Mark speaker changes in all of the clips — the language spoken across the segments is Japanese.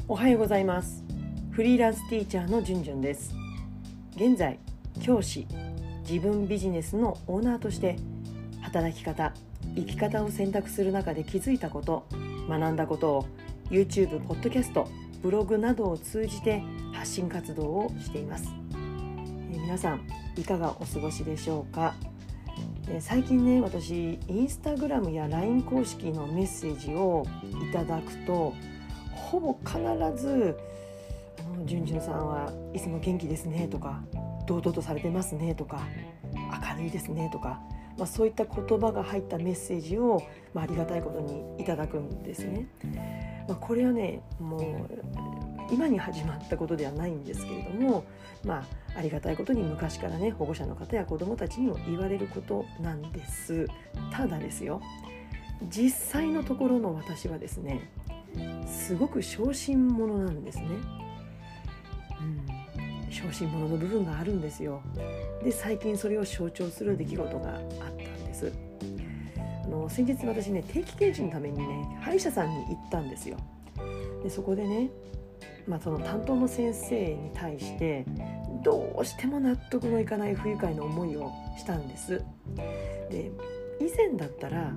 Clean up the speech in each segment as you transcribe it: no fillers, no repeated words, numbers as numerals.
Speaker 1: おはようございます。フリーランスティーチャーのじゅんじゅんです。現在、教師、自分ビジネスのオーナーとして働き方、生き方を選択する中で気づいたこと、学んだことを YouTube、ポッドキャスト、ブログなどを通じて発信活動をしています。皆さんいかがお過ごしでしょうか。最近ね、私インスタグラムや LINE 公式のメッセージをいただくと、ほぼ必ずじゅんじゅんさんはいつも元気ですねとか、堂々とされてますねとか、明るいですねとか、そういった言葉が入ったメッセージを、ありがたいことにいただくんですね。これはね、もう今に始まったことではないんですけれども、ありがたいことに昔からね、保護者の方や子どもたちにも言われることなんです。ただですよ、実際のところの私はですね、すごく小心者なんですね。小心者の部分があるんですよ。で、最近それを象徴する出来事があったんです。先日私ね、定期検診のためにね、歯医者さんに行ったんですよ。で、そこでね、その担当の先生に対してどうしても納得のいかない不愉快な思いをしたんです。で、以前だったら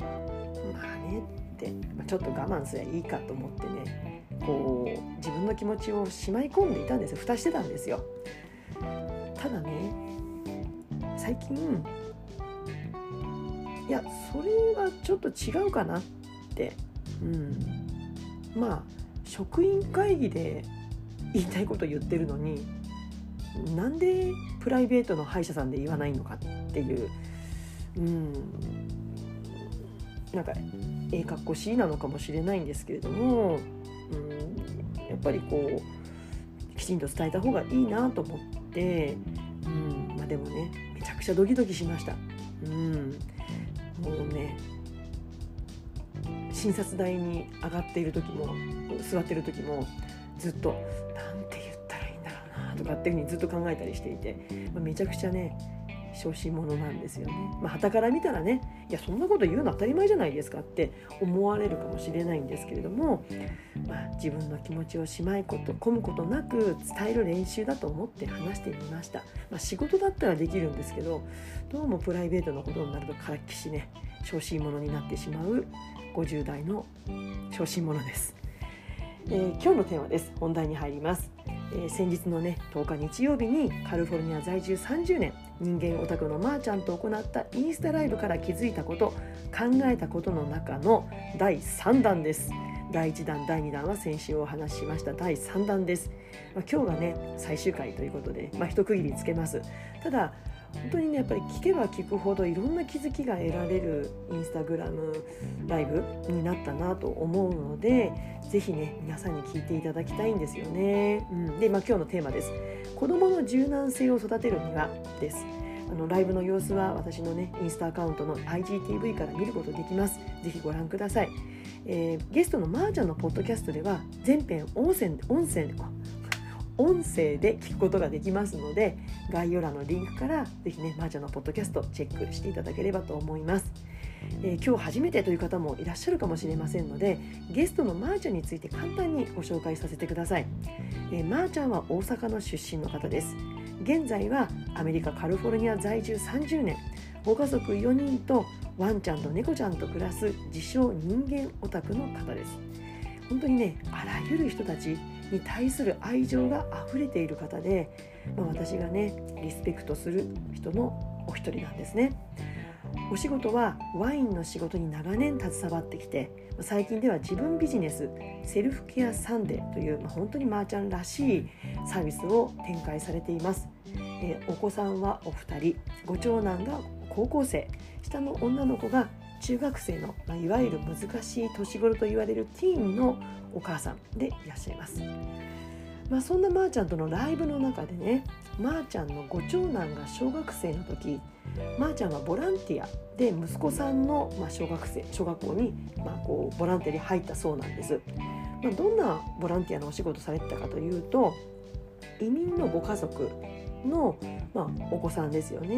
Speaker 1: ちょっと我慢すりゃいいかと思ってね、自分の気持ちをしまい込んでいたんですよ。蓋してたんですよ。ただね、最近それはちょっと違うかなって、職員会議で言いたいこと言ってるのに、なんでプライベートの歯医者さんで言わないのかっていう、かっこしいなのかもしれないんですけれども、やっぱりきちんと伝えた方がいいなと思って、でもね、めちゃくちゃドキドキしました。もうね、診察台に上がっている時も座っている時もずっとなんて言ったらいいんだろうなとかっていうふうにずっと考えたりしていて、めちゃくちゃね、小心者なんですよね。傍から見たらね、そんなこと言うの当たり前じゃないですかって思われるかもしれないんですけれども、自分の気持ちをしまい込むことなく伝える練習だと思って話してみました。仕事だったらできるんですけど、どうもプライベートのことになるとからっきしね、小心者になってしまう50代の小心者です。今日のテーマです。本題に入ります。先日のね、10日日曜日にカリフォルニア在住30年人間オタクのまーちゃんと行ったインスタライブから気づいたこと、考えたことの中の第3弾です。第1弾第2弾は先週お話ししました第3弾です。今日がね、最終回ということで、一区切りつけます。ただ本当にね、やっぱり聞けば聞くほどいろんな気づきが得られるインスタグラムライブになったなと思うので、ぜひね、皆さんに聞いていただきたいんですよね。で、今日のテーマです。子どもの柔軟性を育てるにはです。ライブの様子は私のね、インスタアカウントの IGTV から見ることできます。ぜひご覧ください。ゲストのまーちゃんのポッドキャストでは全編音声で聞くことができますので、概要欄のリンクからぜひね、まーちゃんのポッドキャストチェックしていただければと思います。今日初めてという方もいらっしゃるかもしれませんので、ゲストのまーちゃんについて簡単にご紹介させてください。まーちゃんは大阪の出身の方です。現在はアメリカカリフォルニア在住30年、ご家族4人とワンちゃんと猫ちゃんと暮らす自称人間オタクの方です。本当にね、あらゆる人たちに対する愛情があふれている方で、私がね、リスペクトする人のお一人なんですね。お仕事はワインの仕事に長年携わってきて、最近では自分ビジネスセルフケアサンデーという、本当にまーちゃんらしいサービスを展開されています。お子さんはお二人、ご長男が高校生、下の女の子が中学生の、いわゆる難しい年頃と言われるティーンのお母さんでいらっしゃいます。そんなまーちゃんとのライブの中でね、まーちゃんのご長男が小学生の時、まーちゃんはボランティアで息子さんの、小学校に、ボランティアに入ったそうなんです。どんなボランティアのお仕事されてたかというと、移民のご家族の、お子さんですよね。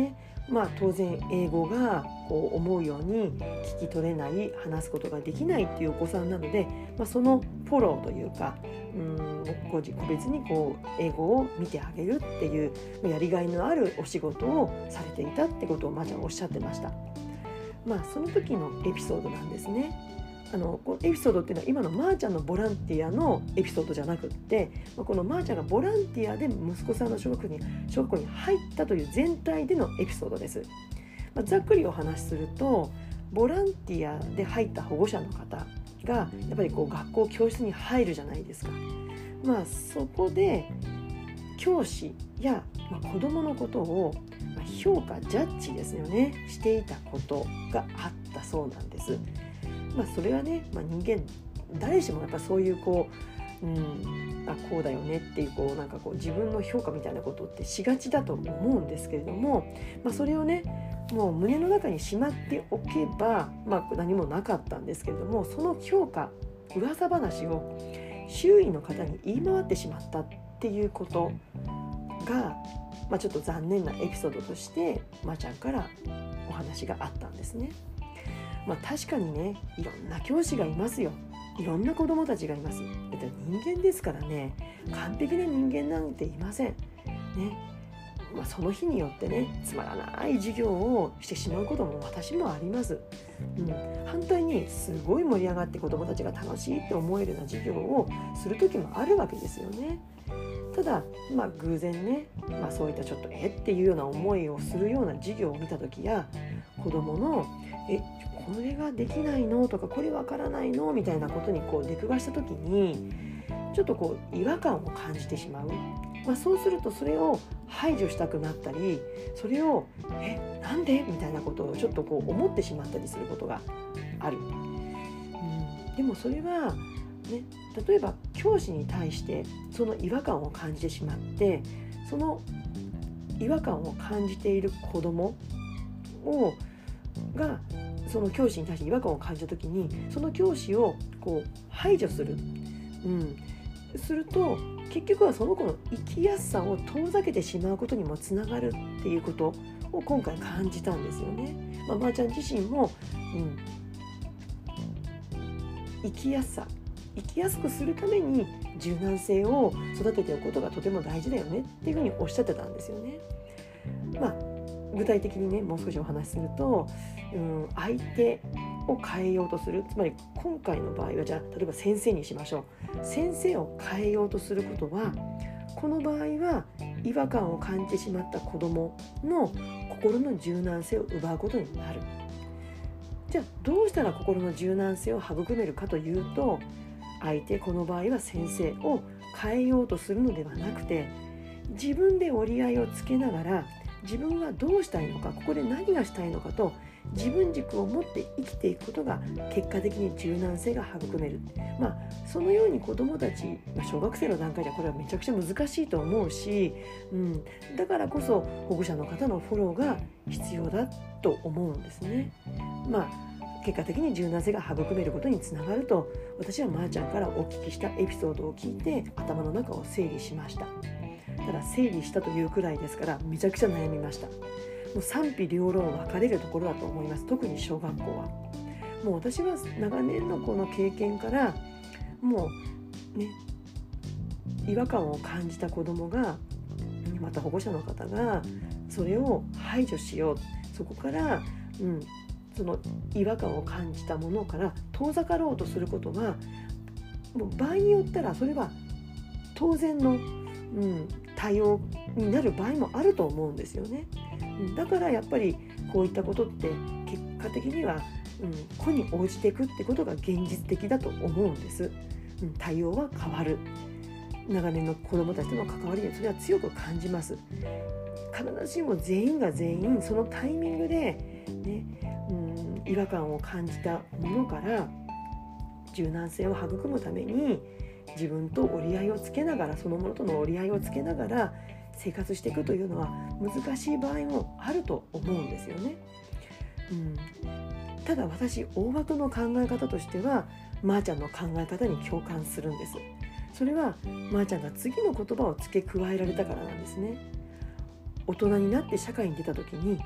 Speaker 1: 当然英語が思うように聞き取れない、話すことができないっていうお子さんなので、そのフォローというか、個別に英語を見てあげるっていうやりがいのあるお仕事をされていたってことをまーちゃんおっしゃってました。その時のエピソードなんですね。このエピソードっていうのは今のまーちゃんのボランティアのエピソードじゃなくって、このまーちゃんがボランティアで息子さんの小学校に入ったという全体でのエピソードです。ざっくりお話しすると、ボランティアで入った保護者の方がやっぱり学校教室に入るじゃないですか。そこで教師や子どものことを評価ジャッジですよね、していたことがあったそうなんです。それはね、人間誰しもやっぱそういうこうだよねっていう自分の評価みたいなことってしがちだと思うんですけれども、それをねもう胸の中にしまっておけば、何もなかったんですけれども、その評価噂話を周囲の方に言い回ってしまったっていうことが、ちょっと残念なエピソードとしてまーちゃんからお話があったんですね。確かにね、いろんな教師がいますよ。いろんな子どもたちがいます。だって人間ですからね、完璧な人間なんていませんね。その日によってね、つまらない授業をしてしまうことも私もあります。反対にすごい盛り上がって子どもたちが楽しいって思えるような授業をする時もあるわけですよね。ただ偶然ね、そういったちょっとっていうような思いをするような授業を見た時や、子どものこれができないのとか、これわからないのみたいなことに出くわした時にちょっと違和感を感じてしまう。そうするとそれを排除したくなったり、それをなんでみたいなことをちょっと思ってしまったりすることがある。でもそれはね、例えば教師に対してその違和感を感じてしまって、その違和感を感じている子どもがその教師に対して違和感を感じたときに、その教師を排除する、すると結局はその子の生きやすさを遠ざけてしまうことにもつながるっていうことを今回感じたんですよね。まーちゃん自身も、生きやすくするために柔軟性を育てておくことがとても大事だよねっていうふうにおっしゃってたんですよね。具体的にね、もう少しお話しすると、相手を変えようとする、つまり今回の場合はじゃあ例えば先生にしましょう。先生を変えようとすることは、この場合は違和感を感じてしまった子どもの心の柔軟性を奪うことになる。じゃあどうしたら心の柔軟性を育めるかというと、この場合は先生を変えようとするのではなくて、自分で折り合いをつけながら、自分はどうしたいのか、ここで何がしたいのかと自分軸を持って生きていくことが結果的に柔軟性が育める。そのように子どもたち、小学生の段階ではこれはめちゃくちゃ難しいと思うし、だからこそ保護者の方のフォローが必要だと思うんですね。結果的に柔軟性が育めることにつながると、私はまーちゃんからお聞きしたエピソードを聞いて頭の中を整理しました。ただ整理したというくらいですからめちゃくちゃ悩みました。もう賛否両論分かれるところだと思います。特に小学校はもう私は長年のこの経験から、もうね、違和感を感じた子どもが、また保護者の方がそれを排除しよう、そこから、その違和感を感じたものから遠ざかろうとすることは、もう場合によったらそれは当然の、対応になる場合もあると思うんですよね。だからやっぱりこういったことって結果的には、子に応じていくってことが現実的だと思うんです。対応は変わる。長年の子どもたちとの関わりでそれは強く感じます。必ずしも全員が全員そのタイミングで、違和感を感じたものから柔軟性を育むために自分と折り合いをつけながら、そのものとの折り合いをつけながら生活していくというのは難しい場合もあると思うんですよね。ただ私、大枠の考え方としてはまーちゃんの考え方に共感するんです。それはまーちゃんが次の言葉を付け加えられたからなんですね。大人になって社会に出た時に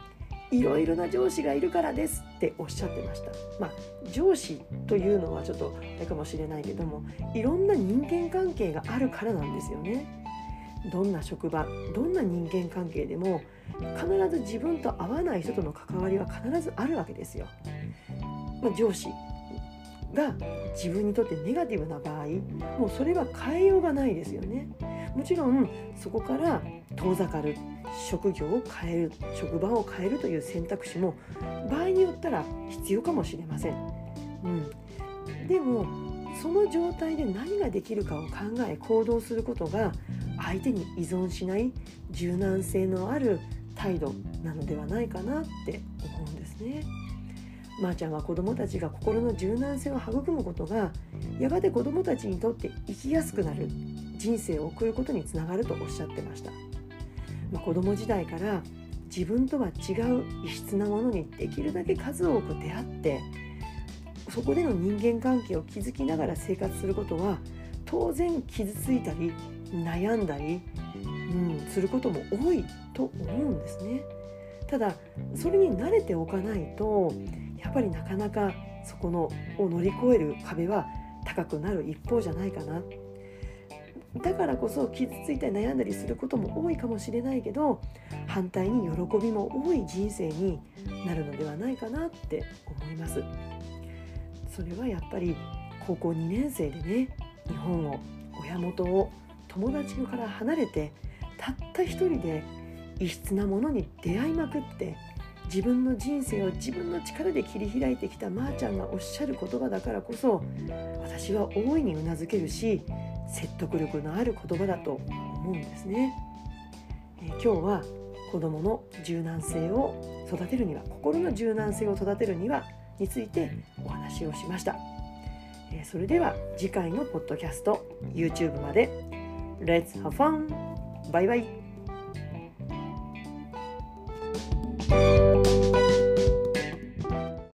Speaker 1: いろいろな上司がいるからですっておっしゃってました。上司というのはちょっとあれかもしれないけども、いろんな人間関係があるからなんですよね。どんな職場、どんな人間関係でも必ず自分と合わない人との関わりは必ずあるわけですよ。上司が自分にとってネガティブな場合、もうそれは変えようがないですよね。もちろんそこから遠ざかる、職業を変える、職場を変えるという選択肢も場合によったら必要かもしれません。でもその状態で何ができるかを考え行動することが相手に依存しない柔軟性のある態度なのではないかなって思うんですね。まーちゃんは子どもたちが心の柔軟性を育むことがやがて子どもたちにとって生きやすくなる人生を送ることにつながるとおっしゃってました。子ども時代から自分とは違う異質なものにできるだけ数多く出会って、そこでの人間関係を築きながら生活することは当然傷ついたり悩んだり、することも多いと思うんですね。ただそれに慣れておかないとやっぱりなかなかそこのを乗り越える壁は高くなる一方じゃないかな。だからこそ傷ついたり悩んだりすることも多いかもしれないけど、反対に喜びも多い人生になるのではないかなって思います。それはやっぱり高校2年生でね、日本を、親元を、友達から離れてたった一人で異質なものに出会いまくって、自分の人生を自分の力で切り開いてきたまーちゃんがおっしゃる言葉だからこそ、私は大いにうなずけるし説得力のある言葉だと思うんですね。今日は子どもの柔軟性を育てるには、心の柔軟性を育てるにはについてお話をしました。それでは次回のポッドキャスト YouTube まで Let's have fun! バイバイ。